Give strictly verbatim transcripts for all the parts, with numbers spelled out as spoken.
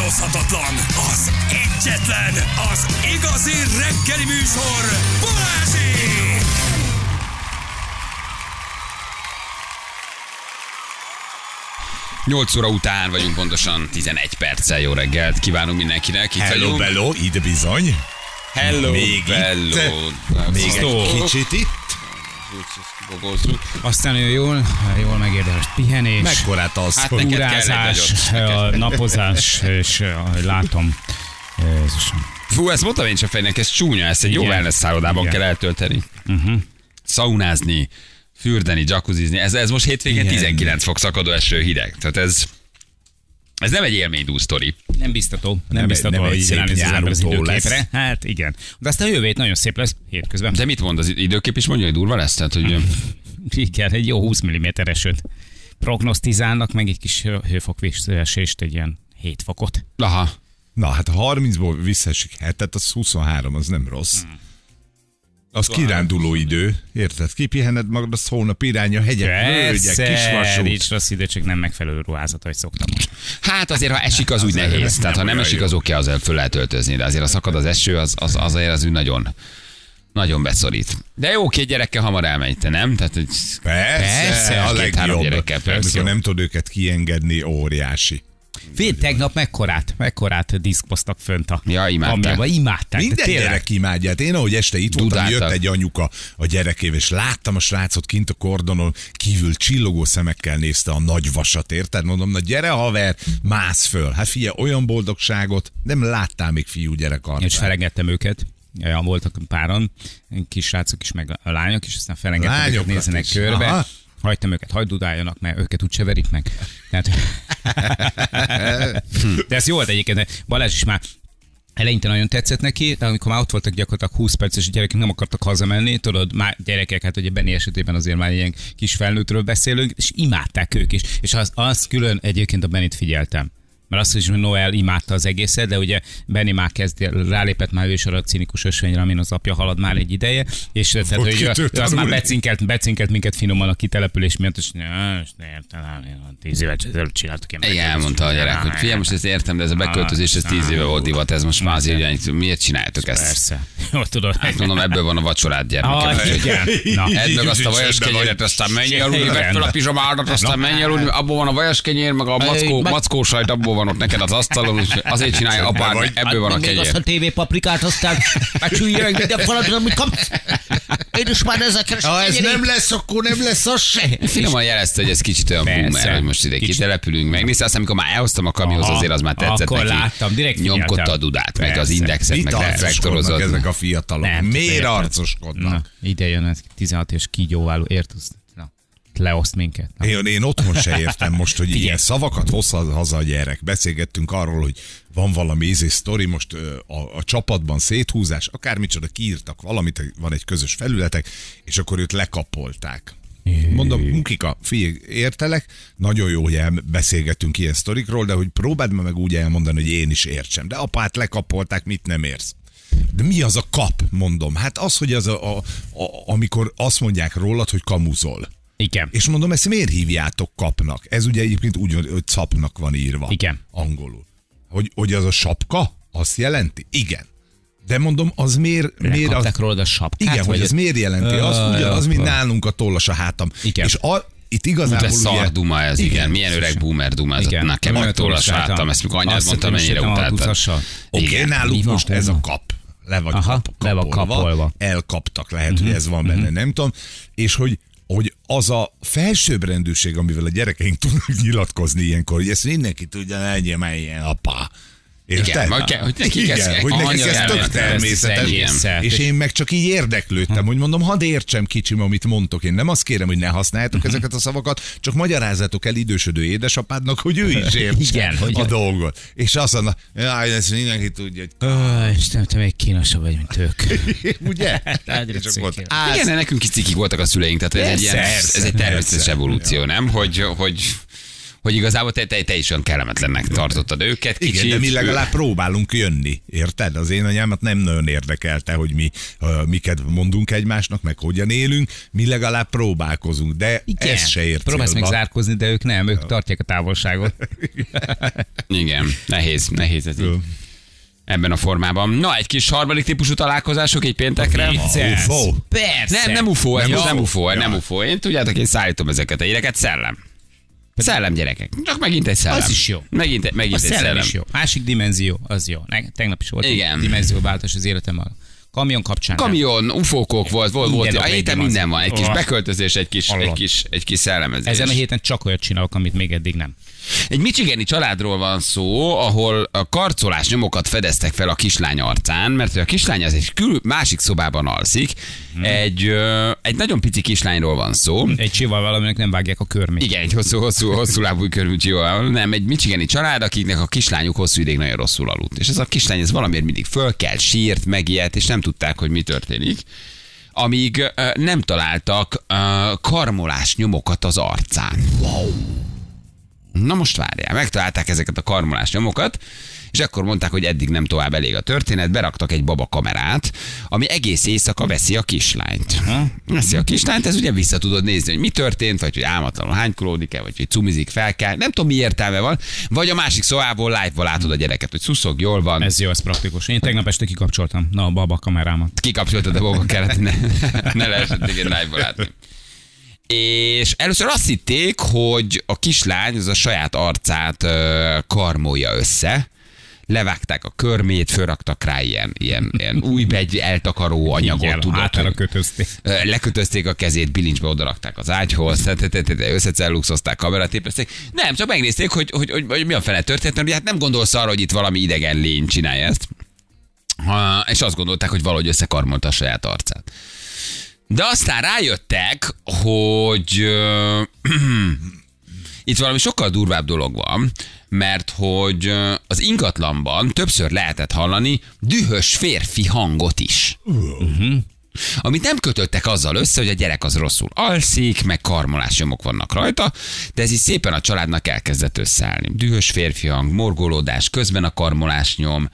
utánozhatatlan, az egyetlen, az igazi reggeli műsor, Balázsék! nyolc óra után vagyunk, pontosan tizenegy perccel. Jó reggelt kívánunk mindenkinek. Itt hello, bello, ide bizony. Hello, még bello. Itt, még egy kicsit itt. Aztán ő jól, jól megérdemelt pihenés, Mekkorát az, Hát hogy neked túrázás, kell egy a napozás, és ahogy látom, Jézusom. Fú, ezt mondtam én csak fejnek, ez csúnya, ezt egy jó Igen. wellness szállodában Igen. kell eltölteni. Uh-huh. Szaunázni, fürdeni, jacuzzizni. Ez, ez most hétvégén Igen. tizenkilenc fok, szakadó eső, hideg. Tehát ez, ez nem egy élménydús sztori. Nem biztató, nem, Nem- biztató, nem egy hogy szép ránéz az ember az nyárutó időképre. lesz. Hát igen. De aztán jövő hét nagyon szép lesz, hétközben. De mit mond az időkép is, mondja, hogy durva lesz? Tehát, hogy Igen, egy jó húsz milliméter esőt prognosztizálnak, meg egy kis hőfok visszaesést, egy ilyen hét fokot. aha. Na hát a harmincból visszaesik hetet, az huszonhárom, az nem rossz. Az kiránduló idő, érted? Kipihened magad, az hónap irány, a hegyek, völgyek, Persze, kisvasút. nincs rossz idő, csak nem megfelelő ruházat, hogy szoktam. Hát azért, ha esik, az úgy nehéz. Tehát, ha nem olyan esik, jó. az oké, azzal föl lehet öltözni, de azért, ha szakad az eső, az, az, az azért az úgy nagyon, nagyon beszorít. De jó, két gyerekkel hamar elmegy, te nem? Tehát, hogy Persze, Persze, a két-három legjobb. gyerekkel, persze. Amikor nem tud őket kiengedni, óriási. Fél tegnap mekkorát, mekkorát diszkoztak fönt a Ja, imádták. kamjába. Imádták. de Minden tényleg. gyerek imádját. Én ahogy este itt voltam, Dudáltak. jött egy anyuka a gyerekével, és láttam a srácot kint a kordonon, kívül csillogó szemekkel nézte a nagy vasat, érted? Mondom, na gyere haver, mász föl. Hát figyelj, olyan boldogságot nem láttál még fiú gyerek arcán. És felengettem őket. Ja, voltak páran, kis srácok is, meg a lányok is, aztán felengettem őket, Lányokat nézzenek is. körbe. Aha. Hagytam őket, hagyd dudáljanak, mert őket úgy se verik meg. Tehát... De ez jó volt egyébként. Balázs is már eleinte nagyon tetszett neki, de amikor már ott voltak gyakorlatilag húsz perces gyerekek, nem akartak hazamenni, tudod, már gyerekek, hát ugye Benni esetében azért már ilyen kis felnőttről beszélünk, és imádták ők is. És az, az külön egyébként a Bennit figyeltem. Mert azt is, hogy Noel imádta az egészet, de ugye Benni már kezd, rálépett már ő is arra a cinikus ösvényre, amin az apja halad már egy ideje, és tehát, hogy kitől ő, az már tanulni? becinkelt, becinkelt minket finoman a kitelepülés miatt, és ne, ne értem, tíz évet ezelőtt csináltuk ilyen. igen, elmondta a gyerek, hogy figyelj, most ezt értem, de ez a beköltözés, ez tíz éve volt divat, ez most már azért, hogy miért csináljátok ezt? Persze. Jó, tudod. Hát mondom, ebből van a vacsorád, gyermekem. Ah, igen. Na. Edd meg azt a Így vajas csendben kenyéret, vagy. aztán menj el, úgy Igen. vedd fel a pizsamádat, aztán menj el, úgy, abból van a vajas kenyér, meg a mackó, Meg- mackó sajt, abból van ott neked az asztalon, úgyhogy azért csinálja apád, mert ebből van a Még azt a kenyér. tévépaprikát, aztán becsüljön minden feladat, amit kapsz. Én is már ezekre Ha ez nem lesz, akkor nem lesz az se. Finoman jelezte, hogy ez kicsit olyan Persze. boomer, hogy most ide Kicsit. kitelepülünk, megnézte, aztán amikor már elhoztam a kamihoz, Aha, azért az már tetszett akkor neki. láttam, direkt figyeltem. Nyomkodta a dudát, meg az Persze. indexet, Mit meg arcoskodnak reflektorozott. ezek a fiatalok? Nem, Miért érted? arcoskodnak? Na, ide jön ez tizenhat és kígyóváló, érted? Na, leoszt minket. Na. Én, én otthon se értem most, hogy Figyelj. ilyen szavakat hoz haza a gyerek. Beszélgettünk arról, hogy van valami ízé sztori, most ö, a, a csapatban széthúzás, akármicsoda kiírtak valamit, van egy közös felületek, és akkor őt lekapolták. Mondom, Mukika, figyelj, értelek, nagyon jó, hogy el- beszélgetünk ilyen sztorikról, de hogy próbáld meg úgy elmondani, hogy én is értsem. De apát lekapolták, mit nem érsz? De mi az a kap, mondom? Hát az, hogy az a, a, a, amikor azt mondják rólad, hogy kamuzol. Igen. És mondom, ezt miért hívjátok kapnak? Ez ugye egyébként úgy van, hogy capnak van írva. Igen. Angolul. Hogy, hogy az a sapka? Azt jelenti? Igen. De mondom, az miért... miért Lekapták az, rólad a sapkát? igen, hogy vagy ez miért jelenti? Az Ah, ugyanaz, jó. mint nálunk a tollas a hátam. Igen. És a, itt De igazából szar ugye... duma ez, igen. Milyen öreg boomer duma ez. Igen. Nekem Olyan attól tollas láttam, hátam. ezt mikor anyád Azt mondta, hiszem, mennyire sétálom a utáltad. tucassal. Oké, Igen. náluk Mi van, most ez hol a van? kap. Le vagy Aha, kap, le van kapolva, kapolva. elkaptak, lehet, hogy ez van benne, nem tudom. És hogy hogy az a felsőbbrendűség, amivel a gyerekeink tudnak nyilatkozni ilyenkor, hogy ezt mindenki tudja, legyen már ilyen apa. Érted? Igen, vagy ke- hogy nekik ez- Igen, hogy nekik annyira ez tök elmentek, természetes. ez egészen. És én meg csak így érdeklődtem, hogy mondom, hadd értsem kicsim, amit mondtok. Én nem azt kérem, hogy ne használjátok ezeket a szavakat, csak magyarázzátok el idősödő édesapádnak, hogy ő is értse Igen, hogy- a dolgot. És azt mondja, jaj, ezt mindenki tudja, hogy Ó, Istenem, te még kínosabb vagy, mint ők. ugye? Egyre És ciki. akkor ott állsz. Igen, nekünk is cikik voltak a szüleink, tehát ez egy, ilyen, Persze, ez egy természetes persze. evolúció, nem? Hogy, hogy hogy igazából te, te, te is olyan kellemetlennek tartottad őket. Kicsit. Igen, de mi legalább próbálunk jönni, érted? Az én anyámat nem nagyon érdekelte, hogy mi uh, miket mondunk egymásnak, meg hogyan élünk, mi legalább próbálkozunk, de Igen. ez se ért Próbálsz meg célba. zárkózni, de ők nem, ők tartják a távolságot. Igen, nehéz, nehéz ez így. Ebben a formában. Na, egy kis harmadik típusú találkozások egy péntekre. Vicces. U F O. Persze. Nem, nem U F O, ez Nem most nem U U F F O. O, Ja. nem U F O. Én tudjátok, én szállítom ezeket a híreket, szellem. Szellem, gyerekek. Csak megint egy szellem. Az is jó. Megint, A megint egy szellem szellem. is jó. Másik dimenzió, az jó. Ne, tegnap is volt Igen. egy dimenzióváltás az életemben. Kamion kapcsán. nem. Kamion, ufókok volt, volt, volt. Minden A nap héten egyben minden az. van. Egy kis Oh. beköltözés, egy kis, egy Hallod. kis, egy kis szellemezés. Ezen a héten csak olyat csinálok, amit még eddig nem. Egy michigani családról van szó, ahol a karcolás nyomokat fedeztek fel a kislány arcán, mert a kislány az egy kül, másik szobában alszik. Hmm. Egy, ö, egy nagyon pici kislányról van szó. Egy csival valaminek nem vágják a körmét. Igen, egy hosszú, hosszú, hosszú lábú körmű csival. Nem, egy michigani család, akiknek a kislányuk hosszú ideig nagyon rosszul aludt. És ez a kislány ez valamiért mindig fölkelt, sírt, megijedt, és nem tudták, hogy mi történik. Amíg ö, nem találtak ö, karmolás nyomokat az arcán. Wow. Na most várjál, megtalálták ezeket a karmolás nyomokat, és akkor mondták, hogy eddig nem tovább elég a történet, beraktak egy baba kamerát, ami egész éjszaka veszi a kislányt. Veszi a kislányt, ez ugye vissza tudod nézni, hogy mi történt, vagy hogy álmatlanul hánykolódik-e, vagy hogy cumizik, fel kell, nem tudom mi értelme van, vagy a másik szobából live-val látod a gyereket, hogy szuszog, jól van. Ez jó, ez praktikus. Én tegnap este kikapcsoltam. Na, a baba kamerámat. Kikapcsoltad a baba kellett, ne, ne lehessen téged live-val látni. És először azt hitték, hogy a kislány az a saját arcát ö, karmolja össze, levágták a körmét, fölraktak rá ilyen, ilyen, ilyen új begy eltakaró anyagot, Igen, tudod, hátára hogy- kötözték. Ö, lekötözték a kezét, bilincsbe odarakták az ágyhoz, összecelluxozták, kamerát épezték. Nem, csak megnézték, hogy, hogy, hogy, hogy mi a fele történt, mert ugye hát nem gondolsz arra, hogy itt valami idegen lény csinálja ezt. Ha, és azt gondolták, hogy valahogy összekarmolta a saját arcát. De aztán rájöttek, hogy ö, itt valami sokkal durvább dolog van, mert hogy ö, az ingatlanban többször lehetett hallani dühös férfi hangot is. Uh-huh. Amit nem kötöttek azzal össze, hogy a gyerek az rosszul alszik, meg karmolásnyomok vannak rajta, de ez is szépen a családnak elkezdett összeállni. Dühös férfi hang, morgolódás, közben a karmolásnyom,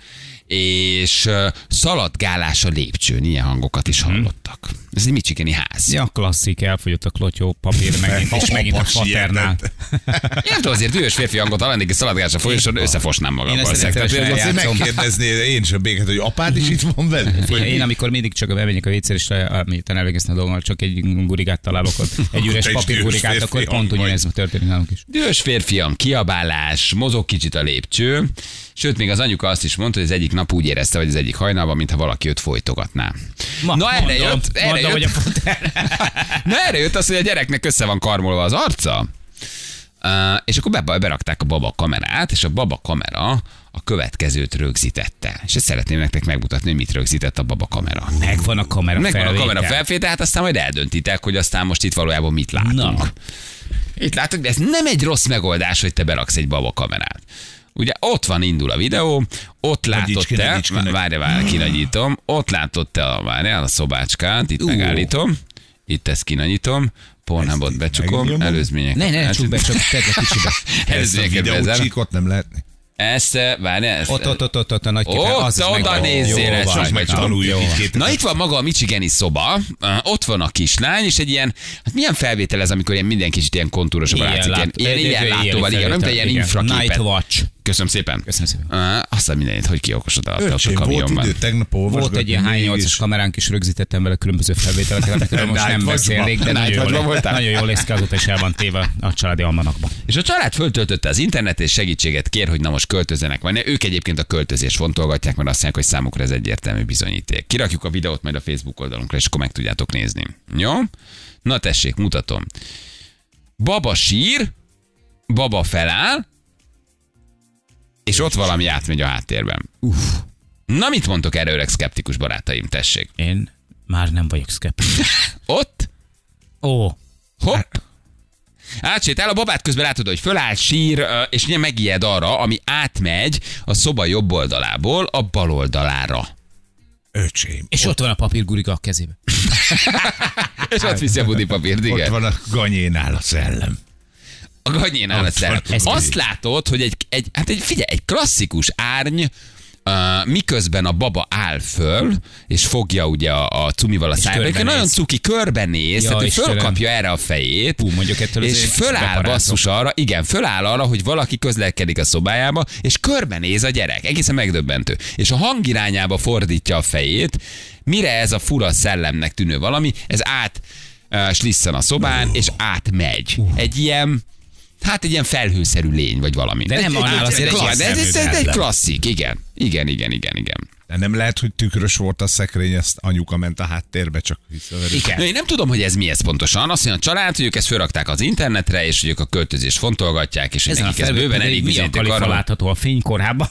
és uh, szaladgálás a lépcsőn, ilyen hangokat is hallottak. Ez egy michigani ház. Ja, klasszik, elfogyott a klotyó papír megint, és megint a Apa paternál. Én nem tudom, azért dühös férfi hangot hallani, egy szaladgálás a folyosón, összefosnám magam. Én ezt valószínűleg. rendszeresen Tehát, hogy Azért eljátszom. megkérdezné én sem béket, hogy apád is itt van velünk? Vagy Én amikor mindig csak bemegyek a vécére, és miután elvégeztem a dolgomat, csak egy gurigát találok ott, egy üres te is papírgurigát, dühös akkor férfi pont hang ugyanez történik nálunk is. Dühös férfiam, kiabálás, mozog kicsit a lépcső, sőt, még az anyuka azt is mondta, hogy az egyik nap úgy érezte, hogy az egyik hajnalban, mintha valaki őt folytogatná. Ma, Na, erre mondom, jött, erre mondom, jött. hogy a patern. Na erre jött az, hogy a gyereknek össze van karmolva az arca, uh, és akkor be, berakták a baba kamerát, és a baba kamera a következőt rögzítette. És ezt szeretném nektek megmutatni, hogy mit rögzített a baba kamera. Megvan a kamera Megvan a felvétel. kamera felvétel, hát aztán majd eldöntitek, hogy aztán most itt valójában mit látunk. Na. Itt látok, de ez nem egy rossz megoldás, hogy te beraksz egy baba kamerát. Ugye ott van, indul a videó, ott látod Nagyicski, te, nagyicski, nagy- várj, várj, kinagyítom, ott látod te a, várjál, a szobácskát, itt Ú. megállítom, itt ezt kinanyítom, Pornhubot Ezt becsukom, megnyomom. előzmények. Ne, ne, ne, csuk be, csak tedd le kicsibe. ezt a Előzményeket bezárom. videócsíkot nem lehetne? Ezt, eh, várjál, ezt. Ott, ott, ott, ott, ott a nagy Ott, képen. Az is oda megvan. nézzél, Jó ez van, most Majd megvan. tanuljuk Jó itt van. két. Na itt van maga a michigani szoba, uh, ott van a kislány, és egy ilyen, hát milyen felvétel ez, amikor ilyen minden kicsit ilyen kontúrosabb Ilyen látszik, ilyen, lát- ilyen, de- de- ilyen de- látóval, ilyen igen, nem te felvétel, ilyen igen. infraképet. Night Watch. Köszönöm szépen. Köszönöm szépen. Uh, azt a mindenit, hogy kiokosod alatt ott a Öcsém, volt kamionban. idő tegnap olvasgatni. Volt egy ilyen há nyolcas mégis. kameránk, és rögzítettem vele különböző felvételeket, amikről most Night nem Watch-ba. beszélnék, de Night nagyon Watch-ba jól, voltál? nagyon jól néz ki, azóta is el van téve a családi almanakba. És a család föltöltötte az internet, és segítséget kér, hogy na most költözzenek. Vagy ne, ők egyébként a költözést fontolgatják, mert azt mondják, hogy számukra ez egyértelmű bizonyíték. Kirakjuk a videót majd a Facebook oldalunkra, és akkor meg tudjátok nézni. Jó? Na tessék, mutatom. Baba sír, baba feláll, és ott valami átmegy a háttérben. Uff. Na mit mondtok erre, öreg szkeptikus barátaim, tessék. Én már nem vagyok szkeptikus. Ott, Ó, hopp, átsétál, a babát közben látod, hogy föláll, sír, ö, és ugye megijed arra, ami átmegy a szoba jobb oldalából a bal oldalára. Öcsém. és ott van a papírgurika a kezébe. És ott viszi a budipapírt, Ott igen. van a ganyénál a szellem. A ganyénál a szellem. ez Azt látod, hogy egy, egy, hát egy, figyelj, egy klasszikus árny, Uh, miközben a baba áll föl, és fogja ugye a, a cumival a szájba, nagyon cuki, körbenéz, ja, tehát ő fölkapja erre a fejét, Hú, mondjuk ettől és föláll basszus arra, igen, föláll arra, hogy valaki közlekedik a szobájába, és körbenéz a gyerek. Egészen megdöbbentő. És a hang irányába fordítja a fejét, mire ez a fura szellemnek tűnő valami, ez át uh, slisszan a szobán, uh. és átmegy. Uh. Egy ilyen Hát egy ilyen felhőszerű lény, vagy valami. De nem annál azért egy klassz, ez, ez, ez egy klasszik, igen. Igen, igen, igen, igen. De nem lehet, hogy tükrös volt a szekrény, ezt anyuka ment a háttérbe, csak visszaverő. Én nem tudom, hogy ez mi ez pontosan. Azt mondja a család, hogy ők ezt fölrakták az internetre, és hogy ők a költözést fontolgatják, és ez nekik ez bőven elég bizonyíték arra. Látható a fénykorában.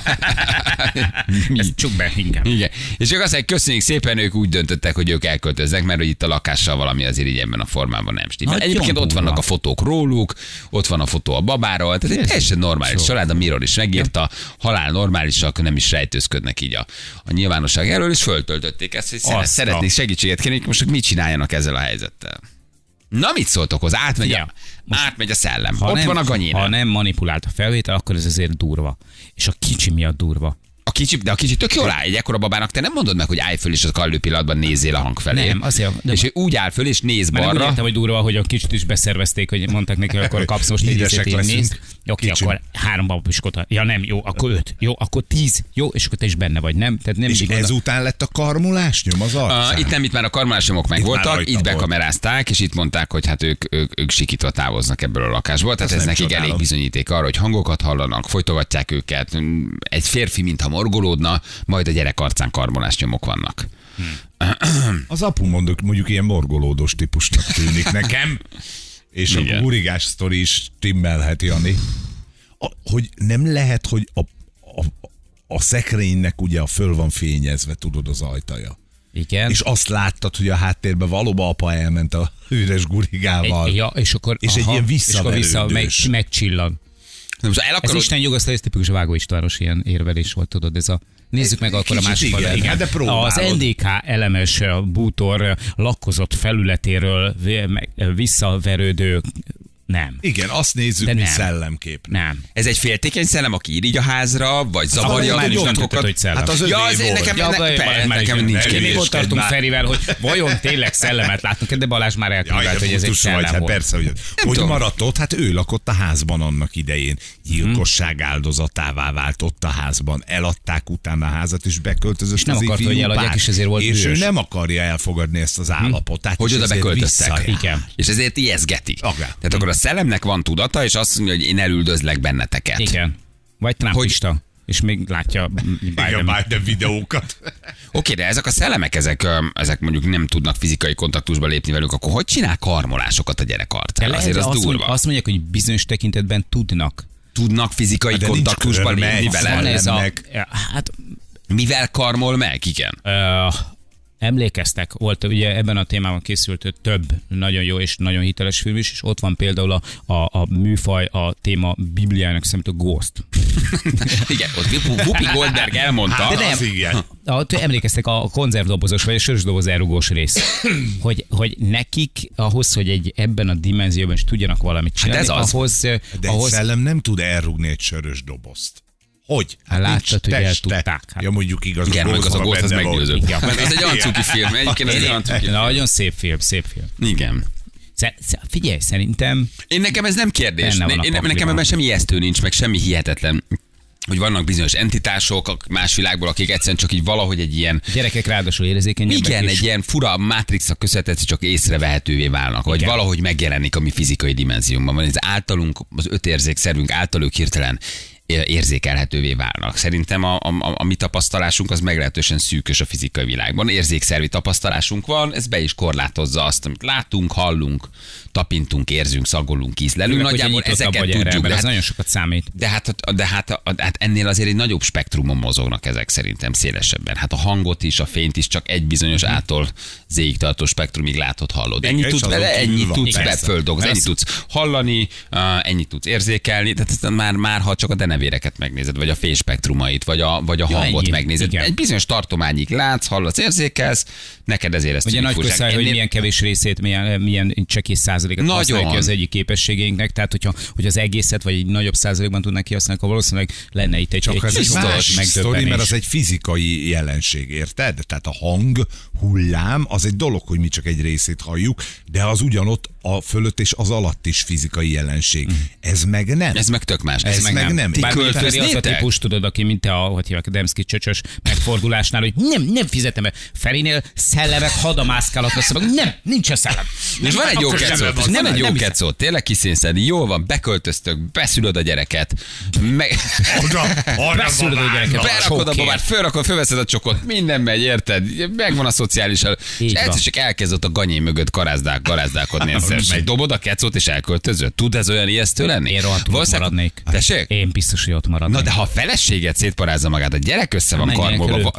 Ez csuk be inkább. Igen. És ők azt mondják, köszönjük szépen, ők úgy döntöttek, hogy ők elköltöznek, mert hogy itt a lakással valami azért így ebben a formában nem stimmel. Egyébként ott vannak a fotók róluk, ott van a fotó a babáról, tehát egy teljesen normális család, a Mirror is megírta, halál normálisak, nem is rejtőzködnek így a, a nyilvánosság elől, és föltöltötték ezt, hogy Azta. szeretnék segítséget kérni, most mit csináljanak ezzel a helyzettel. Na, mit szóltok hozzá? Átmegy, a, átmegy a szellem. Ha ott nem, van a ganyénál. Ha nem manipulált a felvétel, akkor ez azért durva. És a kicsi miatt durva. A kicsi, de a kicsi tök jól áll, egy ekkora babának, te nem mondod meg, hogy állj föl, és az kallő pillanatban nézzél a hang felé. Nem, azért. És ő úgy áll föl, és néz balra. balra. Nem úgy hogy durva, hogy a kicsit is beszervezték, hogy mondták neki, hogy akkor kapsz most egy részét, így nézd. Oké, akkor három babapiskot. Ja nem, jó, akkor öt. Jó, akkor tíz. Jó, és akkor te is benne vagy, nem? Tehát nem és ezután lett a karmolás nyom az arcán? Uh, itt nem, itt már a karmolás nyomok meg itt voltak, itt bekamerázták, és itt mondták, hogy hát ők, ők, ők sikítva távoznak ebből a lakásból. Tehát ez nekik elég bizonyíték arra, hogy hangokat hallanak, folytogatják őket. Egy férfi, mintha morgolódna, majd a gyerek arcán karmolás nyomok vannak. Hmm. Az apu mondjuk, mondjuk ilyen morgolódós típusnak tűnik nekem, és igen. A gurigás sztori is stimmelhet, Jani. A, hogy nem lehet, hogy a, a, a szekrénynek ugye a föl van fényezve, tudod, az ajtaja. Igen. És azt láttad, hogy a háttérben valóban apa elment a üres gurigával. Egy, ja, és akkor, és aha, egy ilyen visszaverődős. És akkor vissza, meg, megcsillan. Ez Isten nyugosztal, ez tipikus a Vágó Istvános ilyen érvelés volt, tudod, ez a nézzük meg akkor a másik igen, igen, de az en dé ká elemes bútor lakkozott felületéről visszaverődő. Nem. Igen, azt nézzük, mi szellemkép. Nem. Ez egy féltékeny szellem, aki irigy a házra, vagy zavarja a gyomrokat. Hát az ja, az volt. nekem, ja, ne, Balázs, per, Balázs, nekem nincs kérdés. kérdés. Mi ott tartunk Ferivel, hogy vajon tényleg szellemet látnak, de Balázs már elkövetett, hogy ez egy szellem hát volt. persze, hogy, hogy maradt ott, hát ő lakott a házban annak idején. Gyilkosság áldozatává vált ott a házban. Eladták utána a házat, és beköltözött és nem az akart, hogy eladják, és ezért volt és bűnös. ő nem akarja elfogadni ezt az állapotát. Hogy oda beköltöztek. Igen. És ezért ijeszgeti. Okay. Tehát akkor a szellemnek van tudata, és azt mondja, hogy én elüldözlek benneteket. Igen. Vagy trumpista. És még látja Biden, Biden videókat. Oké, de ezek a szellemek, ezek, ezek mondjuk nem tudnak fizikai kontaktusba lépni velük, akkor hogy csinál karmolásokat a gyerek arcán? Azért az azt durva. Mondja, azt mondják, hogy bizonyos tekintetben tudnak. Tudnak fizikai de kontaktusba lépni vele? Ez a, hát, mivel karmol meg? Igen. Uh, Emlékeztek, volt ugye ebben a témában készült több nagyon jó és nagyon hiteles film is, és ott van például a, a, a műfaj, a téma Bibliának szerint a Ghost. Igen, ott Whoopi Goldberg elmondta. Hát, de nem. Igen. A, emlékeztek a konzervdobozos vagy a sörösdoboz elrugós rész, hogy, hogy nekik ahhoz, hogy egy ebben a dimenzióban is tudjanak valamit csinálni, hát ez az. ahhoz... De ahhoz... egy szellem nem tud elrugni egy sörös dobozt. Hogy? Hát láttad, hogy el tudták. Hát. Ja, mondjuk igaz, igen, az, az a Ghost az meggyőző. Ez egy olyan igen. cuki film. Egyébként ez egy olyan cuki film. Nagyon szép film, szép film. Igen. Figyelj, szerintem... Én nekem ez nem kérdés. Én, nekem ebben semmi ijesztő nincs, meg semmi hihetetlen. Hogy vannak bizonyos entitások más világból, akik egyszerűen csak így valahogy egy ilyen... A gyerekek ráadásul érzékenyebbek. Igen, egy ilyen fura Matrixnak köszönhető, csak észrevehetővé válnak. Vagy igen. Valahogy megjelenik a mi fizikai dimenziónkban. Vagy az általunk, az öt érzékszervünk által ők hirtelen érzékelhetővé válnak. Szerintem a, a, a mi tapasztalásunk az meglehetősen szűkös a fizikai világban. Érzékszervi tapasztalásunk van, ez be is korlátozza azt, amit látunk, hallunk, tapintunk, érzünk, szagolunk, ízlelünk. Nagyjából ezeket tudjuk. Erre, de ez hát, nagyon sokat számít. De hát, de hát, hát ennél azért egy nagyobb spektrumon mozognak ezek szerintem szélesebben. Hát a hangot is, a fényt is csak egy bizonyos ától zéig tartó spektrumig látod, hallod. Ennyit tudsz vele, ennyit tudsz földolgozni, ennyit tudsz hallani, ennyit tudsz érzékelni, tehát már, már ha csak a denevér nánvéreket megnézed, vagy a fényspektrumait, vagy a, vagy a Ja, hangot ennyi. megnézed. Igen. Egy bizonyos tartományig látsz, hallasz, érzékelsz, neked ezért ezt Ugye tűnik nagy furcsának. köszönj, hogy Ennél- milyen kevés részét, milyen, milyen csekély százalékot Nagyon. használjuk ki az egyik képességeinknek, tehát hogyha hogy az egészet, vagy egy nagyobb százalékban tudnák kihasználni, akkor valószínűleg lenne itt egy, Csak egy ez egy biztos más sztori, megdöbbenés. mert az egy fizikai jelenség, érted? Tehát a hang, hullám, az egy dolog, hogy mi csak egy részét halljuk, de az ugyanott a fölött és az alatt is fizikai jelenség. Ez meg nem. Ez meg tök más. Ez meg nem. Ti Bár Feri az a költöznétek? típus, tudod, aki mint te a, hogy hívják, a Demszki csöcsös megfordulásnál, hogy nem, nem fizetem be. Ferinél szellemek hadamászkálhatnak, szóval nem, nincs a szellem. És van egy jó Akkor sem kecót, van. nem egy jó hiszem. kecót, tényleg kiszínszedni, jól van, beköltöztök, beszülöd a gyereket, meg... Oda, arra Beszülöd a gyereket. Berakod a Sok babát, fölrakod, fölveszed a csokot, minden megy, érted? Megvan a szociális... És Így van. egyszer csak elkezdett a ganyé mögött karázdák, garázdálkodni. Egyszer megy, dobod a kecót és elköltözöd. Tud ez olyan ijesztő lenni? Én rohadtul ott Valószínűleg- maradnék. Tessék? Én biztos, hogy ott maradnék. Na de ha a feleséged szétparázza magát, a gyerek össze van Menjenek karmolva.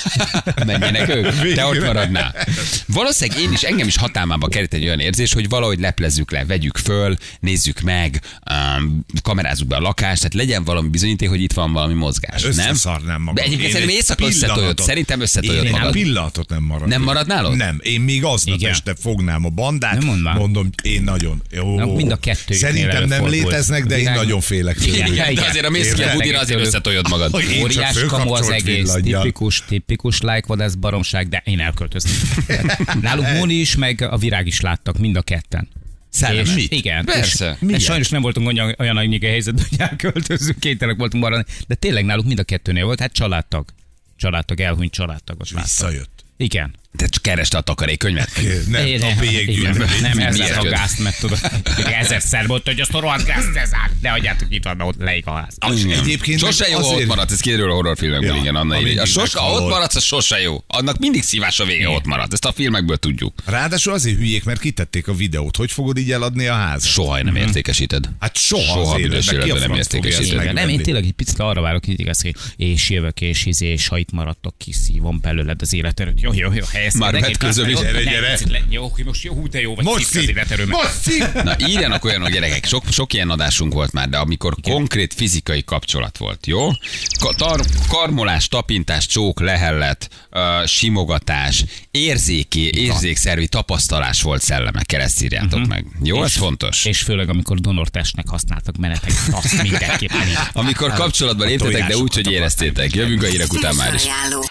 Menjenek ők. Te ott maradnál. Valószínűleg én is, engem is hatalmába került egy olyan érzés, hogy valahogy leplezzük le, vegyük föl, nézzük meg, um, kamerázzuk be a lakást, tehát legyen valami bizonyíték, hogy itt van valami mozgás. Nem? Összeszarnám magam. De egyébként Én szerintem egy éjszaka összetoljod. pillanatot- Szerintem összetoljod Én egy magad. pillanatot nem maradnék. Nem maradnál ott? Nem. Én még aznap Igen. este fognám a bandát. Nem mondd már. Mondom, én nagyon. Jó. Na, mind a kettőjüknél Szerintem nem előfordult. léteznek, de én Világ- nagyon félek tőlük. Igen, Igen, de igen. azért a mész ki a Érted? budira, azért összetoljod magad. Hogy én csak Óriás kamu az fölkapcsolt egész, villannyal. tipikus, tipikus lájkvadász baromság, de én elköltöztem. Náluk Móni is, meg a Virág is láttak, mind a ketten. Szellem, És- mit? Igen. Persze. És, és sajnos nem voltunk olyan, olyan anyagi helyzetben, hogy elköltözzünk, kénytelenek voltunk maradni, de tényleg náluk mind a kettőnél volt, hát családtag. Családtag, elhunyt családtagot láttak. Visszajött. Igen. Te csak kereste a takarékkönyvet. Nem, Én- a igen. bélyeggyűjtő. Nem, Miért ezzel a jött? gázt, mert tudod, ezerszer mondta, hogy azt a rohadt gázt ez áll. De hagyjátok, itt van, mert ott leik a ház. Egyébként Sose jó, ha ott azért- maradsz, ez kiderül a horrorfilmekből, Ja, igen, Anna ha írja. A mindig sos, ha ott meghalod. maradsz, az sose jó. Annak mindig szívás a vége, ott maradsz. Ezt a filmekből tudjuk. Ráadásul azért hülyék, mert kitették a videót. Hogy fogod így eladni a házat? Soha nem értékesíted. Hát soha, Soha az büdös életben. Ki a életben nem franc fogja ezt értékesíted. Igen, nem, én megvenni? tényleg egy picit arra várok, hogy igaz, hogy és jövök, és izé, és ha itt maradtok, kiszívom belőled az életerőt. Jó, jó, jó, helyezd. Már vett közöm is. Gyere, gyere. Jó, hogy most jó, hú, de jó, vagy Most szívd az szív! életerőmet. Most szív! Na írjanak olyanok gyerekek, sok, sok ilyen adásunk volt már, de amikor konkrét fizikai kapcsolat volt, jó? Ka- tar- karmolás, tapintás, csók, lehellet, uh, simogatás, érzéki, érzékszervi tapasztalás volt szellemekkel, ezt írjátok uh-huh. meg. Jó, ez fontos. És főleg, amikor donortestnek használtak meneteket, azt mindenképpen. Amikor kapcsolatban léptetek, de úgy, hogy tojásokat éreztétek. Jövünk a hírek után már is. Ajánló.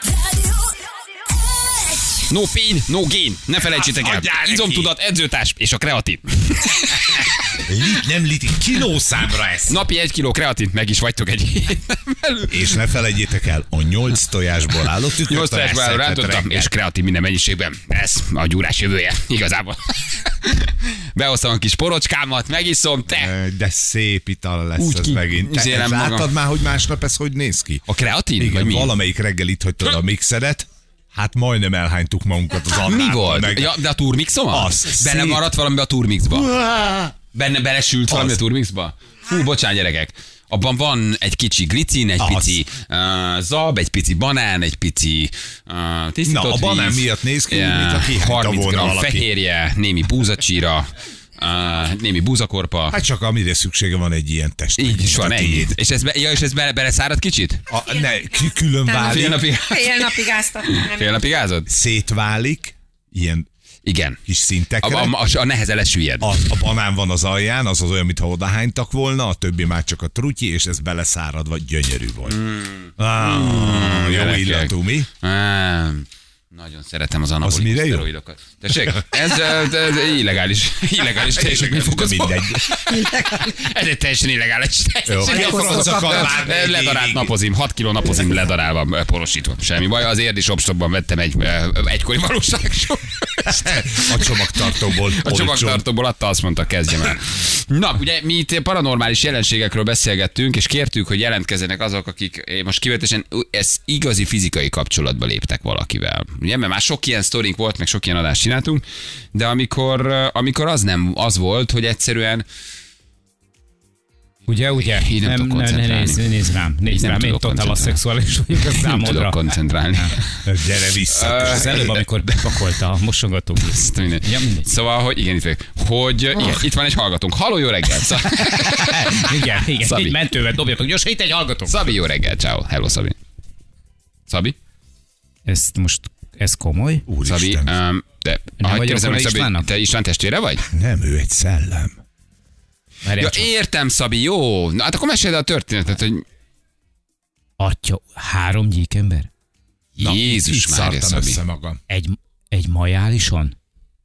No pain, no gain. Ne felejtsétek el. Adjál neki. Izomtudat, edzőtárs és a kreatin. Lit, nem liti, kilószámra ez. Napi egy kiló kreatin, meg is vagytok egy héten belül. És ne felejtjétek el, a nyolc tojásból álló nyolc tojásból tükörtojás rántottam, és kreatin minden mennyiségben. Ez a gyúrás jövője, igazából. Behoztam a kis porocskámat, megiszom, te. De szép ital lesz Úgy ez ki- megint. Te izélem magam. láttad már, hogy másnap ez hogy néz ki? A kreatin? Igen, vagy mi? valamelyik reggel itt hagytad a mixedet, hát majdnem elhánytuk magunkat az annál. Mi volt? Meg... Ja, de a turmixom? Az, Bele szép. maradt valami a turmixba? Benne belesült valami a turmixba? Fú, bocsánat gyerekek. Abban van egy kicsi glicin, egy Az. pici uh, zab, egy pici banán, egy pici uh, tisztított Na, a banán víz, miatt néz ki, ja, mintha kihányta harminc volna gram valaki. fehérje, némi búzacsíra, uh, némi búzakorpa. Hát csak amire szüksége van egy ilyen test. Így is van, a ennyi. tiéd. És ez, be, ja, és ez bele, beleszárad kicsit? A, ne, ki- külön Fél válik, napig, Fél napig áztat. Nem. fél napig ázod? szétválik, ilyen Igen. kis A, szintekre. a, a, a nehezen lesüllyed. A, a banán van az alján, az az olyan, mintha odahánytak volna, a többi már csak a trutyi, és ez beleszárad, vagy gyönyörű volt. Mm. Ah, mm, jó gyerekek. illatú, mi? Á, nagyon szeretem az anabolikus mire jó? szteroidokat. Tessék? Ez, ez, ez illegális. Illegális teljesítményfokozó. Mindegy. Ez egy teljesen illegális. Jó. teljesítményfokozó. Akkor az akar várni egy Ledarált évig. napozim, hat kiló napozim ledarálva, porosítva. Semmi baj, az érdi shopstopban vettem egy ö, egykori valóságsor. A csomagtartóból. A csomagtartóból adta, azt mondta, kezdjem el. Na, ugye mi itt paranormális jelenségekről beszélgettünk, és kértük, hogy jelentkezzenek azok, akik eh, most kivetesen ez igazi fizikai kapcsolatba léptek valakivel. Ugye, mert már sok ilyen sztorink volt, meg sok ilyen adást csináltunk, de amikor, eh, amikor az nem az volt, hogy egyszerűen Ugye, ugye? Így nem tudok ne, ne, koncentrálni. nézz, nézz rám, nézz nem rám, én tudok totál koncentrálni. aszexuális vagyok a Nem tudok számodra. koncentrálni. Gyere vissza. Az előbb, amikor bepakolta a mosogatógép. Ezt mindegy. Ja, mindegy. Szóval, hogy igen, itt vagyok. Hogy, igen, itt van egy hallgatónk. Halló, jó reggelt. Szóval, Igen, igen, Szabi. egy mentővel dobjatok gyorsan, itt egy hallgató. Szabi, jó reggelt. Ciao. Hello, Szabi. Szabi? Ezt most, ez komoly? Szabi, Úristen. um, de Nem ahogy vagy kérdezem, akkor hogy Szabi, Istvánnak? te István testvére vagy? Nem, ő egy szellem. Várjál Ja, csak. értem, Szabi, jó. Na, hát akkor mesélj el a történetet, hogy Atya, három gyíkember? Jézus Itt Mária, szartam Szabi. össze magam. Egy, egy majálison?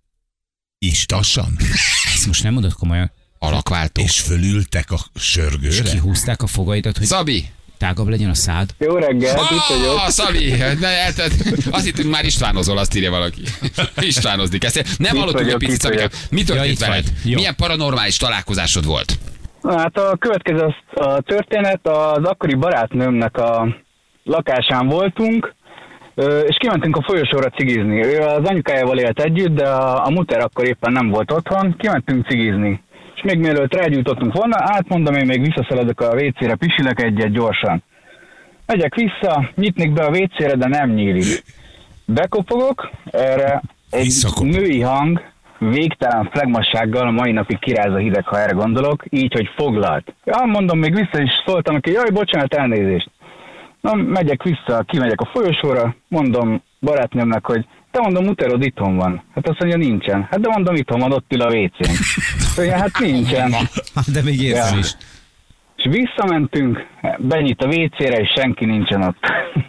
Istasan? Ezt most nem mondod komolyan. Alakváltó. És fölültek a És sörgőre? kihúzták a fogaidat, hogy Szabi! tágabb legyen a szád? Jó reggel, itt vagyok. Ah, Szabi! Ne, elted, azt hittünk már Istvánozol, azt írja valaki. Istvánozni kezdtél. Nem Itt hallottuk egy vagyok, picit, itt Szabikám. vagyok. Mi Ja, történt itt veled? vagy. Jó. Milyen paranormális találkozásod volt? Na, Hát a következő az- a történet, az akkori barátnőmnek a lakásán voltunk, ö, és kimentünk a folyosóra cigizni. Ő az anyukájával élt együtt, de a, a muter akkor éppen nem volt otthon, kimentünk cigizni. És még mielőtt rágyújtottunk volna, átmondom, én még visszaszaladok a vécére, pisilek egyet gyorsan. Megyek vissza, nyitnék be a vécére, de nem nyílik. Bekopogok, erre egy Visszakopog. női hang végtelen flegmassággal a mai napig kiráz a hideg, ha erre gondolok, így, hogy foglalt. Ja, mondom, még vissza is szóltam neki, jaj, bocsánat, elnézést. Na, megyek vissza, kimegyek a folyosóra, mondom barátnőmnek, hogy te mondom, muterod itthon van. Hát azt mondja, nincsen. Hát de mondom, itthon van, ott ül a vécén. Mondja, hát nincsen. De még érzem Ja. is. És visszamentünk, benyit a vécére, és senki nincsen ott.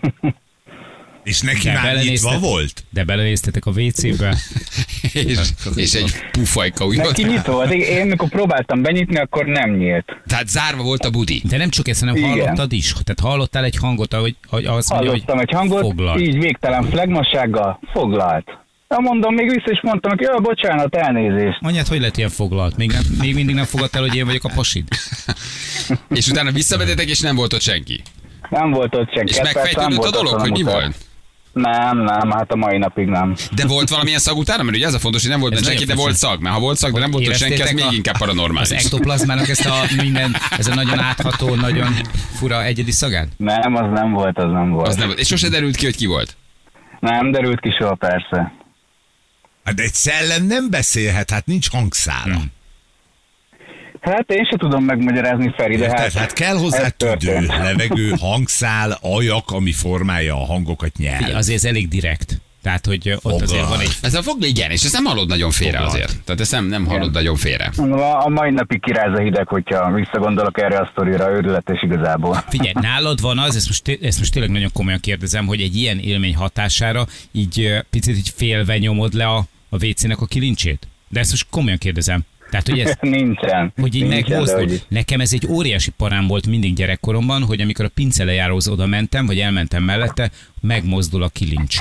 És neki De már belenéztek. nyitva volt? De belenéztetek a vécébe. És, és egy pufajka úgy Neki volt. nyitva volt. Én mikor próbáltam benyitni, akkor nem nyílt. Tehát zárva volt a budi. De nem csak ezt, hanem Igen. hallottad is. Tehát hallottál egy hangot, ahogy, hogy azt mondja, Hallottam hogy egy hangot, foglalt. így végtelen flegmassággal foglalt. Na mondom, még vissza is mondtam neki, ja, bocsánat, elnézést. Mondjad, hogy lett ilyen foglalt? Még, nem, még mindig nem fogadtál, hogy én vagyok a pasid? És utána visszavetetek, és nem volt ott senki. Nem volt ott senki. És Hát persze nem megfejtődött a volt dolog, otthon hogy mi muter. volt? Nem, nem, hát a mai napig nem. De volt valamilyen szag utána? Mert ugye ez a fontos, hogy nem volt Ez benne senki, de nagyon volt furcsa. szag. Mert ha volt szag, de nem volt ott senki, az Éreztétek még a- inkább Az paranormális. ektoplazmának ezt a minden, ez a nagyon átható, nagyon fura egyedi szagát? Nem, az nem volt, az nem volt. Az nem volt. És sose derült ki, hogy ki volt. Nem derült ki soha, persze. Hát egy szellem nem beszélhet, hát nincs hangszála. Hmm. Hát én se tudom megmagyarázni, Feri, de Érted? hát... Hát kell hozzá ez tüdő, történt. levegő, hangszál, ajak, ami formálja a hangokat, Figyelj, nyelv. azért ez elég direkt. Tehát, hogy ö, ott Foglalt. azért van egy... Ez a fogli, igen, és ezt nem hallod nagyon félre Foglalt. azért. Tehát ezt nem, nem hallod nagyon félre. Mondom, a a mai napig kiráz a hideg, hogyha visszagondolok erre a sztorira, őrületes igazából. Figyelj, nálad van az, ezt most, té- ezt most tényleg nagyon komolyan kérdezem, hogy egy ilyen élmény hatására így ö, picit így félve nyomod le a, a vécének a kilincsét? De ezt most komolyan kérdezem. Tehát, hogy ez, Nincsen. hogy így Nincsen, de megmozdul. hogy- Nekem ez egy óriási parám volt mindig gyerekkoromban, hogy amikor a pincelejáróhoz oda mentem, vagy elmentem mellette, megmozdul a kilincs.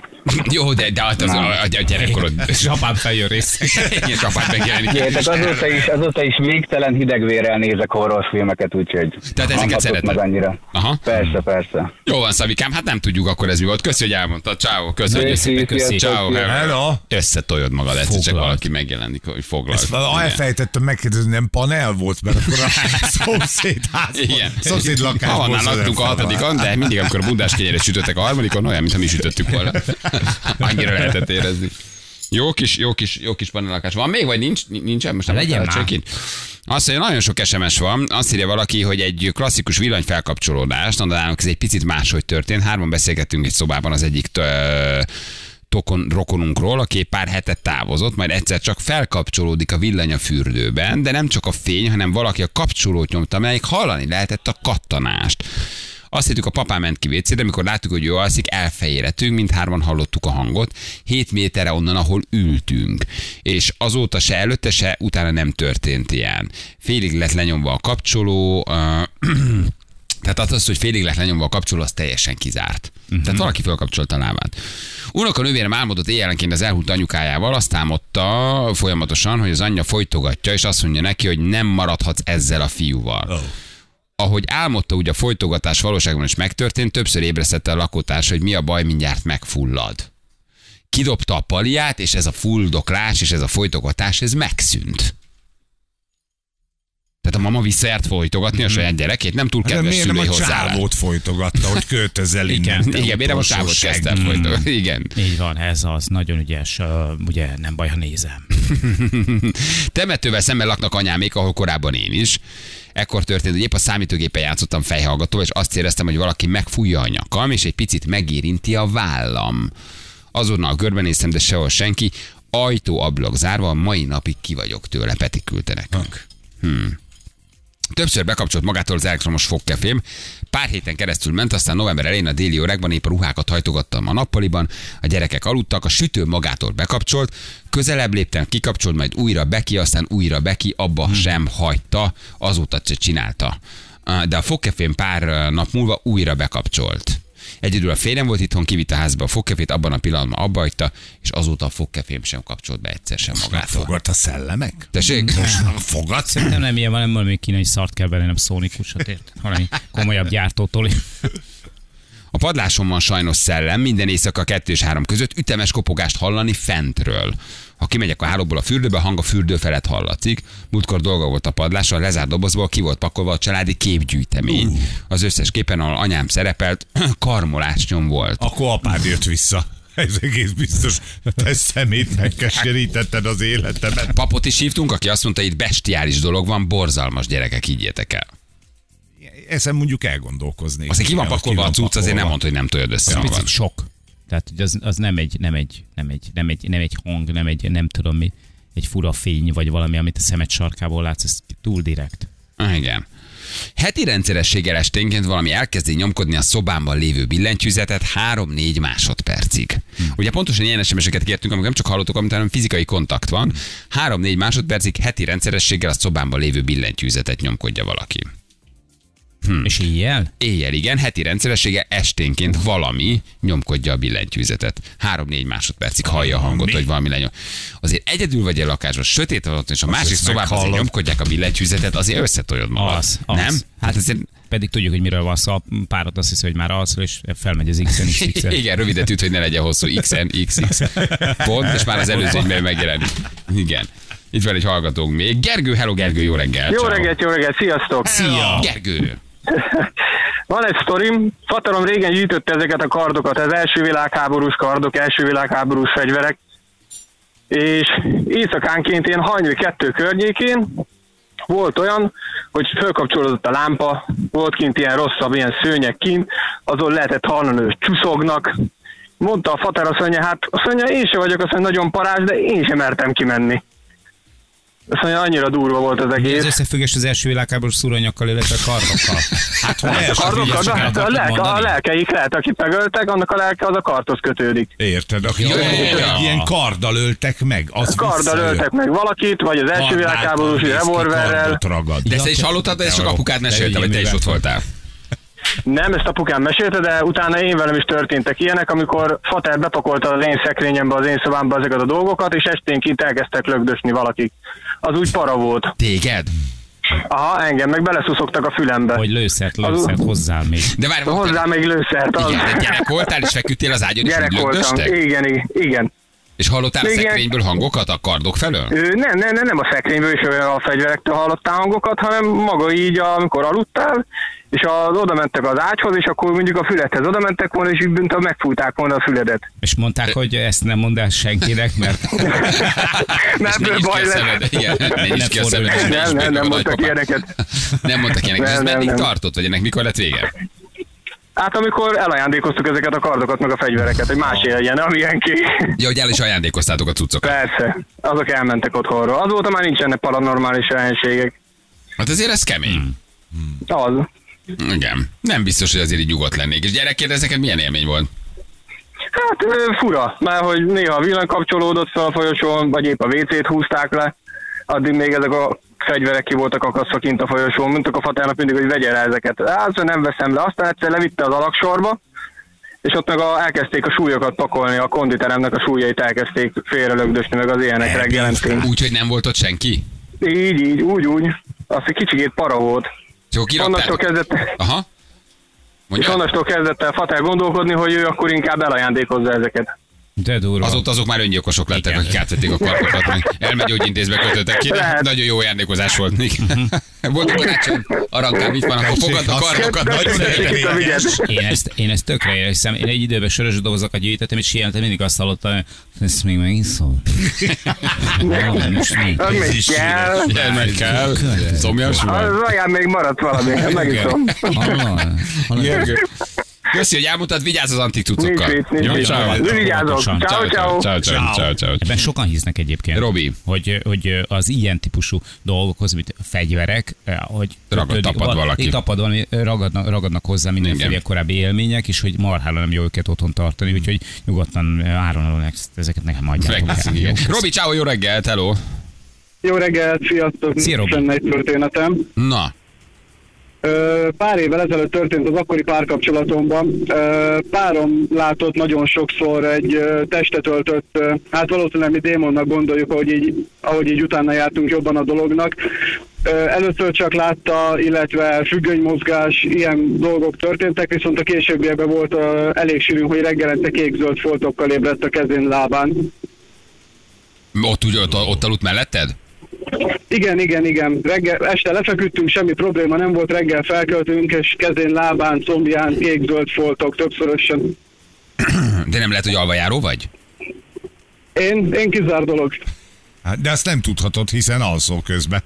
Jó, de, de az, az, a, a, a gyerekkorod. És apám feljön részeg. Igen, csapát megjelenik. Gyertek, azóta is, azóta is végtelen hidegvérrel nézek horrorfilmeket, úgyhogy... Tehát ezeket nem hatott szereted? meg annyira. Aha. Persze, persze. Jó van, Szabikám, hát nem tudjuk akkor ez mi volt. Köszi, hogy elmondtad. Ciao, köszönjük. Köszi, szépen, köszi. sziasztok, Ciao, sziasztok. Hello! Összetoljod magad, egyszer csak Foglalt. valaki megjelenik, hogy foglalt. Ezt Igen. elfejtettem megkérdezni, nem panel volt, mert akkor a szomszéd házban, Igen. szomszéd lakásból. Havannál szedem laktunk a fel. hatodikon, de mindig, amikor a bundás kenyeret sütöttek a harmadikon, olyan, mintha mi sütöttük volna. Annyira lehetett érezni. Jó kis, jó kis, jó kis panellakás. Van még, vagy nincs? Nincsen? Most nem Legyen mondtál, már. check-in? Azt mondja, nagyon sok es em es van. Azt írja valaki, hogy egy klasszikus villanyfelkapcsolódás, nálunk ez egy picit máshogy történt. Hárman beszélgettünk egy szobában az egyik tö- tokon, rokonunkról, aki pár hetet távozott, majd egyszer csak felkapcsolódik a villany a fürdőben, de nem csak a fény, hanem valaki a kapcsolót nyomta, melyik hallani lehetett a kattanást. Azt hittük, a papám ment ki vécére, amikor láttuk, hogy ő alszik, elfehéretünk, mindhárman hallottuk a hangot, hét méterre onnan, ahol ültünk. És azóta se előtte, se utána nem történt ilyen. Félig lett lenyomva a kapcsoló, uh, tehát az, hogy félig lett lenyomva a kapcsoló, az teljesen kizárt. Uh-huh. Tehát valaki felkapcsolta a lábát. Unoka nővérem álmodott éjjelenként az elhult anyukájával, azt álmodta folyamatosan, hogy az anyja folytogatja, és azt mondja neki, hogy nem maradhatsz ezzel a fiúval. Oh. Ahogy álmodta, úgy a folytogatás valóságban is megtörtént, többször ébresztette a lakótárs, hogy mi a baj, mindjárt megfullad. Kidobta a paliát, és ez a fuldoklás, és ez a folytogatás, ez megszűnt. Tehát a mama visszajárt folytogatni a saját gyerekét, nem túl De kedves miért nem szülei a hozzá. csávót folytogatta, hogy költözel innen? Igen, igen, miért nem a csávot kezdte folytogatni? Igen. Így van, ez az, nagyon ügyes. Uh, ugye nem baj, ha nézem. Temetővel szemben laknak anyámék, ahol korábban én is. Ekkor történt, hogy épp a számítógépen játszottam fejhallgatóval, és azt éreztem, hogy valaki megfújja a nyakam, és egy picit megérinti a vállam. Azonnal körbenéztem, de sehol senki. Ajtó, ablak zárva, mai napig ki vagyok tőle, Peti küldte nekünk. Hmm. Többször bekapcsolt magától az elektromos fogkefém, pár héten keresztül ment, aztán november elején a déli órákban épp a ruhákat hajtogattam a nappaliban, a gyerekek aludtak, a sütő magától bekapcsolt, közelebb léptem, kikapcsolt, majd újra beki, aztán újra beki, abba hmm. sem hagyta, azóta se csinálta. De a fogkefém pár nap múlva újra bekapcsolt. Egyedül a férjem volt itthon, kivitt a házba a fogkefét, abban a pillanatban abba hagyta, és azóta a fogkefém sem kapcsolt be egyszer sem magától. Fogad a szellemek? Tessék? Most fogad? Szerintem nem ilyen van, nem valami kínai szart kell venni, nem szónikusat, ért? Valami komolyabb gyártótól. A padláson van sajnos szellem, minden éjszaka kettő és három között ütemes kopogást hallani fentről. Ha kimegyek a hálóból a fürdőbe, a hang a fürdő felett hallatszik. Múltkor dolga volt a padláson, a lezárt dobozból ki volt pakolva a családi képgyűjtemény. Uh. Az összes képen, ahol anyám szerepelt, karmolásnyom volt. Akkor apád jött vissza. Ez egész biztos, te szemét megkeserítetted az életemet. Papot is hívtunk, aki azt mondta, itt bestiális dolog van, borzalmas gyerekek, higgyétek el. Ezen mondjuk elgondolkozni. Azért ki van pakolva a cucc, azért nem mondta, hogy nem tudod össze Ez magad. picit sok. Tehát hogy az, az nem, egy, nem, egy, nem, egy, nem, egy, nem egy hang, nem egy, nem tudom mi, egy fura fény, vagy valami, amit a szemed sarkából látsz, ez túl direkt. Ah, igen. Heti rendszerességgel esténként valami elkezdi nyomkodni a szobámban lévő billentyűzetet három-négy másodpercig. Hmm. Ugye pontosan ilyen es em es-eket kértünk, amikor nem csak hallottuk, amit, hanem fizikai kontakt van. három-négy másodpercig heti rendszerességgel a szobámban lévő billentyűzetet nyomkodja valaki. Hmm. És éjjel? Éjjel, igen, heti rendszeressége esténként valami nyomkodja a billentyűzetet. három-négy másodpercig hallja a hangot, hogy valami lenyom. Azért egyedül vagy a lakásban, sötét van, és a másik szobában azért nyomkodják a billentyűzetet, azért összetoljod magad. Az, az. Nem? Hát azért... Pedig tudjuk, hogy miről van szó, a párod azt hiszi, hogy már alszol, és felmegy az X-en, X X-en. Igen, rövidet üt, hogy ne legyen hosszú X-en, X X. Pont, és már az előző egyben megjelenik. Igen. Itt van egy hallgatónk még. Gergő, hello Gergő, jó reggel. Jó reggelt, jó reggelt, sziasztok! Szia! Gergő! Van egy sztorim, Fatarom régen gyűjtötte ezeket a kardokat, az első világháborús kardok, első világháborús fegyverek, és éjszakánként ilyen hajnali kettő környékén volt olyan, hogy fölkapcsolódott a lámpa, volt kint ilyen rosszabb, ilyen szőnyeg kint, azon lehetett hallani, hogy csuszognak. Mondta a fater, azt mondja, hát azt mondja, én sem vagyok, azt mondja, nagyon parázs, de én sem mertem kimenni. Azt mondja, annyira durva volt az egész. Ez összefüggés az első világháborús szuronyakkal, illetve kardokkal. Hát hol a kardokkal, de hát a, lelke, a lelkeik lehet, akit megöltek, annak a lelke az a karthoz kötődik. Érted, aki ja, egy ilyen karddal öltek meg. Az karddal öltek meg valakit, vagy az első világháborús revolverrel. De ezt is hallottad, de ezt csak apukád mesélte, vagy te is ott voltál? Nem, ezt apukám mesélte, de utána én velem is történtek ilyenek, amikor fater bepakolta az én szekrényembe, az én szobámba ezeket a dolgokat, és esténként elkezdtek lögdösni valakik. Az úgy para volt. Téged? Aha, engem, meg beleszuszogtak a fülembe. Hogy lőszert, lőszert, hozzá még. De várj, hozzá még lőszert. Az... Igen, de gyerek voltál, és feküdtél az ágyon, és gyerek úgy lögdöstek? Igen, igen. És hallottál a szekrényből hangokat a kardok felől? Ő, nem, nem, nem, nem a szekrényből és a fegyverektől hallottál hangokat, hanem maga így, amikor aludtál, és az, oda mentek az ágyhoz, és akkor mondjuk a fülethez oda mentek volna, és így megfújták volna a füledet. És mondták, hogy ezt nem mondd el senkinek, mert... nem, baj lesz. Igen, ne ki a szemed. Nem, nem, nem mondtak ilyeneket. Nem mondtak ilyeneket. Ez meddig tartott, vagy ennek mikor lett vége? Hát amikor elajándékoztuk ezeket a kardokat, meg a fegyvereket, hogy más éljen, amilyenki. Ja, hogy el is ajándékoztátok a cuccokat. Persze, azok elmentek otthonról. Azóta már nincsenek paranormális jelenségek. Hát azért ez kemény. Hmm. Az. Igen. Nem biztos, hogy azért így nyugodt lennék. És gyerekként ezeket milyen élmény volt? Hát fura, mert hogy néha a villany kapcsolódott fel a folyosón, vagy épp a vé cét húzták le, addig még ezek a fegyverek ki voltak akasztva kint a folyosón, mondtak a faternak mindig, hogy vegye le ezeket. Hát nem veszem le, aztán egyszer levitte az alaksorba, és ott meg a, elkezdték a súlyokat pakolni, a konditeremnek a súlyait elkezdték félrelögdösni, meg az ilyenek reggelentén. Úgy, hogy nem volt ott senki? Így, így, úgy, úgy. Azt egy kicsikét para volt. Onnastól kezdett, Aha. és onnastól kezdett el fater gondolkodni, hogy ő akkor inkább elajándékozza ezeket. De durva. Azóta azok már öngyilkosok lettek, Igen. akik átvették a karkokat, meg elmegyógyintézbe kötöttek ki. Lehet. Nagyon jó ajándékozás volt még. Volt a karácsony, arankám, itt van, akkor fogad a karkokat. Nagy Köszönjük a vigyázat. Én ezt, én ezt tökre érzem. Én egy időben sörös dobozokat gyűjtöttem, és ilyen mindig azt hallottam, hogy ezt még megiszol. Valami, most még. Az még kell. Gyermek kell. Szomjas van. Az aján még maradt valami, megiszom. Hallod? Gergő. Köszi, hogy elmondtad, vigyázz az antik Nincs cuccokkal. mit, nincs Jó, mit. ciao. Vigyázok. Ciao, ciao. Ciao, ciao, ciao, ciao. Ebben sokan hisznek egyébként. Robi. Hogy, hogy az ilyen típusú dolgokhoz, mint fegyverek, hogy Ragad, kötődik- tapad val- valaki. így tapad valami, ragadnak, ragadnak hozzá mindenféle Igen. korábbi élmények, és hogy marhára nem jó őket otthon tartani, úgyhogy nyugodtan Áron, ezeket nekem adjátok. Megveszik, igen. Robi, ciao, jó reggelt, hello. Jó reggelt, sziasztok! Szia, Robi. Lenne egy történetem. Na, Ö, Pár évvel ezelőtt történt az akkori párkapcsolatomban. Ö, Párom látott nagyon sokszor egy ö, testet öltött, ö, hát valószínűleg mi démonnak gondoljuk, ahogy így, ahogy így utána jártunk jobban a dolognak. Ö, Először csak látta, illetve függönymozgás, ilyen dolgok történtek, viszont a későbbiekben volt ö, elég sűrű, hogy reggelente kék-zöld foltokkal ébredt a kezén, lábán. ott, úgy, ott, ott aludt melletted? Igen, igen, igen. Reggel, este lefeküdtünk, semmi probléma nem volt, reggel felkeltünk, és kezén, lábán, combján kék-zöld foltok többszörösen. De nem lehet, hogy alvajáró vagy? Én, én kizár dolog. Hát, de azt nem tudhatod, hiszen alszol közben.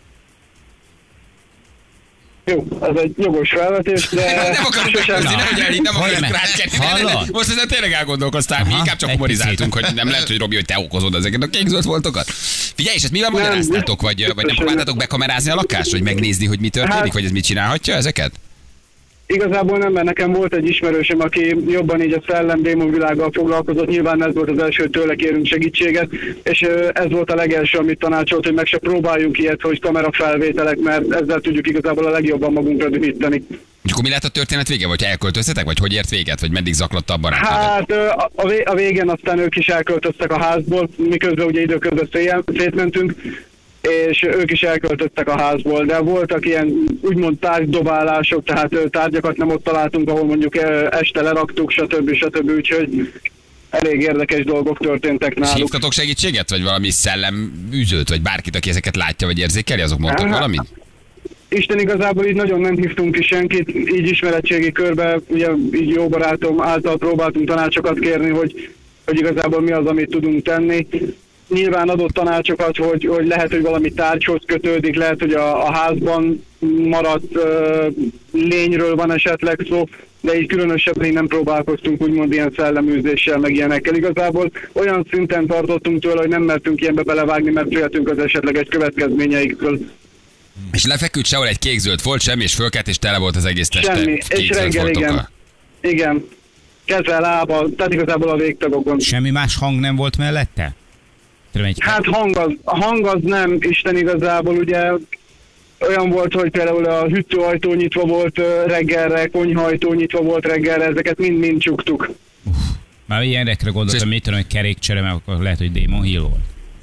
Jó, ez egy jogos felvetés, de Nem akarunk sosem- megközni, nehogy elhitt, nem akarunk Hallod? ráckenni. Hallod? Most ezen tényleg elgondolkoztál, mi Aha, inkább csak egy humorizáltunk, picit. hogy nem lehet, hogy Robi, hogy te okozod ezeket a kék-zöld voltokat. Figyelj, és ezt mivel magyaráztátok, vagy, vagy nem próbáltátok bekamerázni a lakást, vagy megnézni, hogy mi történik, Hát- vagy ez mit csinálhatja ezeket? Igazából nem, mert nekem volt egy ismerősöm, aki jobban így a szellem démon világgal foglalkozott, nyilván ez volt az első, hogy tőle kérünk segítséget, és ö, ez volt a legelső, amit tanácsolt, hogy meg se próbáljunk ilyet, hogy kamerafelvételek, mert ezzel tudjuk igazából a legjobban magunkra dühíteni. És akkor mi lett a történet vége, vagy elköltöztetek, vagy hogy ért véget, vagy meddig zaklatta a barátodat? Hát ö, a, a vé- a végén aztán ők is elköltöztek a házból, miközben ugye időközben széjjel szétmentünk, és ők is elköltöztek a házból, de voltak ilyen úgymond tárgydobálások, tehát ö, tárgyakat nem ott találtunk, ahol mondjuk ö, este leraktuk, stb. stb. Úgyhogy elég érdekes dolgok történtek És náluk. hívtatok segítséget, vagy valami szelleműzőt, vagy bárkit, aki ezeket látja, vagy érzékeli, azok mondtak Aha. valamit? Isten igazából így nagyon nem hívtunk ki senkit, így ismeretségi körbe, ugye így jó barátom által próbáltunk tanácsokat kérni, hogy, hogy igazából mi az, amit tudunk tenni. Nyilván adott tanácsokat, hogy, hogy lehet, hogy valami tárgyhoz kötődik, lehet, hogy a, a házban maradt ö, lényről van esetleg szó, de így különösebben így nem próbálkoztunk úgymond ilyen szelleműzéssel, meg ilyenekkel. Igazából olyan szinten tartottunk tőle, hogy nem mertünk ilyenbe belevágni, mert féltünk az esetleges következményeiktől. És lefeküdt sehol egy kék-zöld folt, semmi, és fölkelt, és tele volt az egész teste Semmi, és kék-zöld reggel igen. foltokkal. Igen. Keze, lába, tehát igazából a végtagokon. Semmi más hang nem volt mellette? Tudom, egy Hát hang az, a hang az nem, Isten igazából ugye olyan volt, hogy például a hűtőajtó nyitva volt ö, reggelre, konyhajtó nyitva volt reggelre, ezeket mind-mind csuktuk. Már ilyenekre gondoltam, mit tudom, hogy kerékcsere, mert akkor lehet, hogy Demon Hill volt.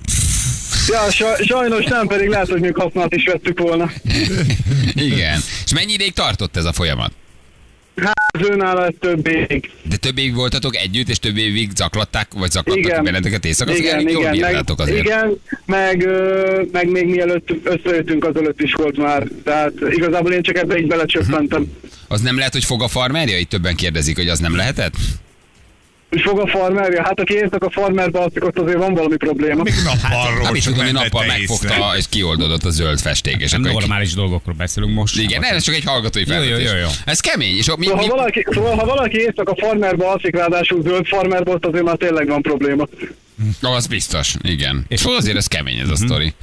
Ja, sa- sajnos nem, pedig lehet, hogy még használat is vettük volna. Igen. És mennyi ideig tartott ez a folyamat? Hát az őnála ez több évig. De több évig voltatok együtt, és több évig zaklatták, vagy zaklattak Igen. benneteket éjszaka? Igen, Elég jól igen, meg, bírtátok azért. igen, meg, ö, meg még mielőtt összejöttünk, azelőtt is volt már. Tehát igazából én csak ebbe így belecsöppentem. Az nem lehet, hogy fog a farmerja? Itt többen kérdezik, hogy az nem lehetett? És fog a farmerja? Hát aki észak a farmerbe, azt ott azért van valami probléma. Még nappalról Hát is csak tudom, hogy nem nappal vette megfogta, észre. és kioldódott a zöld festék. És Nem akkor normális dolgokról beszélünk most. igen, nem, ez csak egy hallgatói Jó, jó, felvetés. jó, jó. Ez kemény. És mi, Szóval, mi, ha valaki, szóval, ha valaki éjszak a farmerbe alszik, ráadásul zöld farmerbe, ott azért már tényleg van probléma. az biztos, igen. És azért ez kemény ez a Mhm. sztori.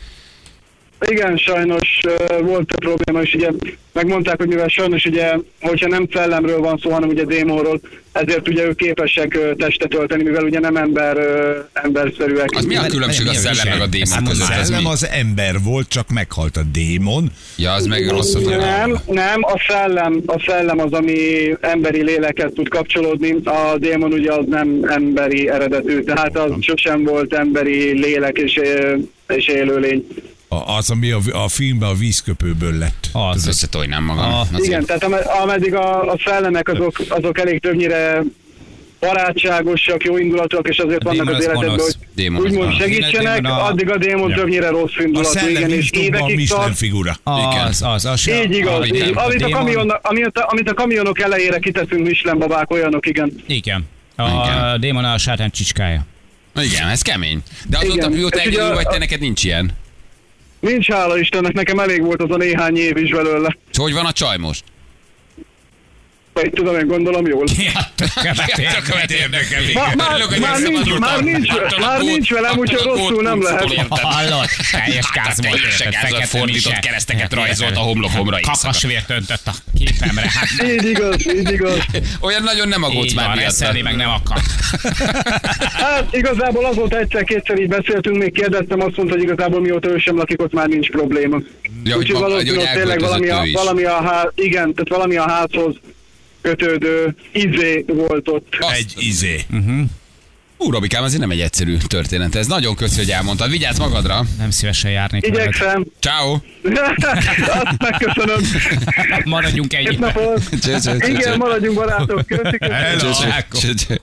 Igen, sajnos uh, volt egy probléma, és ugye megmondták, hogy mivel sajnos ugye, hogyha nem szellemről van szó, hanem ugye démonról, ezért ugye ők képesek uh, testet ölteni, mivel ugye nem ember, uh, emberszerűek. Az mi a Várj, különbség a várj, szellem meg a várj, démon várj, között? A Ez szellem mi? az ember volt, csak meghalt a démon. Ja, az meg rosszat Nem, nem, a szellem, a szellem az, ami emberi léleket tud kapcsolódni, a démon ugye az nem emberi eredetű, tehát az sosem volt emberi lélek és, és élőlény. A- Az, ami a, a filmben a vízköpőből lett. Az Az. összetolnám magam. Ah. Azért. Igen, tehát ame- ameddig a, a szellemek azok, azok elég többnyire barátságosak, jó indulatúak, és azért A vannak démon az az életedben, gonosz. hogy Démon az úgymond gonosz. segítsenek, Démon a- addig a démon Ja. többnyire rossz A indulatú, igen, szellemi és stokban évekig Michelin tart. figura. Az, az, az. se- Így igaz, amit- így, a amit, a démon- kamion, amit, a, amit a kamionok elejére kiteszünk Michelin babák, olyanok, igen. Igen. A Igen. démon a sátán csicskája. Igen, ez kemény. De azóta, Igen. mióta Ez ugye egyedül a- vagy, te neked nincs ilyen. Nincs, hála Istennek, nekem elég volt az a néhány év is belőle. És hogy van a csaj most? Vagy tudom, én gondolom jól. Ja, tökömet érdekel. Már, már, már, nincs, már, nincs, már nincs velem, úgyhogy rosszul nem lehet. Hallod? Teljes gáz volt. Teljesen érted? gáz volt, Fekete fordított mise. kereszteket rajzolt a homlokomra éjszaka. Kakasvért öntött a képemre. Hát Így igaz, így igaz. Olyan nagyon nem aggódsz így már van, miatt. reszelni meg nem akar. Hát igazából azóta egyszer-kétszer így beszéltünk, még kérdeztem, azt mondta, hogy igazából mióta ő sem lakik, ott már nincs probléma. Ja, hogy Úgyhogy maga- hogy valószínűleg tényleg elköltözött valami a, ő is. valami a ház, igen, tehát valami a házhoz kötődő izé volt ott. Azt- Egy izé. Ú, Robikám, ez nem egy egyszerű történet. Ez nagyon köszi, hogy elmondtad. Vigyázz magadra. Nem szívesen járnék veled. Igyekszem. Ciao. Azt megköszönöm. Maradjunk Szép együtt. napot. Cső, cső, cső, cső. Igen, maradjunk barátok. Köszi, köszi. Hello. Cső, cső.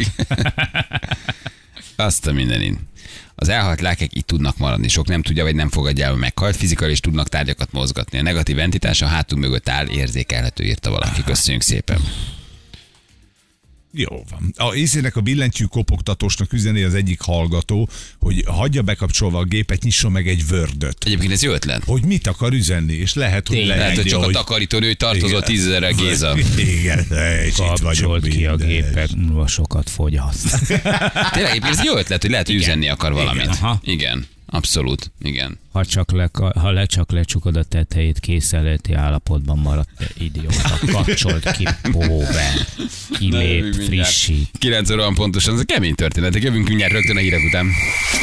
Azt a mindenin. Az elhalt lelkek itt tudnak maradni. Sok nem tudja, vagy nem fogadja el, hogy meghalt. Fizikailag is tudnak tárgyakat mozgatni. A negatív entitás a hátunk mögött áll, érzékelhető, írta valaki. Köszönjük szépen. Jó van. A észének a billentyű kopogtatósnak üzeni az egyik hallgató, hogy hagyja bekapcsolva a gépet, nyisson meg egy Word-öt. Egyébként ez jó ötlet. Hogy mit akar üzenni, és lehet, hogy Tényleg. Lehet, hogy csak a hogy... takarítónő tartozó Igen. tízezerrel Géza. Igen, és itt vagyok Kapcsolt ki a minden. gépet, múlva sokat fogyaszt. Tényleg, egyébként ez jó ötlet, hogy lehet, hogy üzenni akar valamit. Aha. Igen. Abszolút. Igen. Ha csak le, ha le csak lecsukod a tetejét, készenléti állapotban maradt, te idióta. Kapcsolt ki, bóbe, kilép, frissít. kilenc óra van pontosan, ez a kemény történetek. Jövünk mindjárt rögtön a hírek után.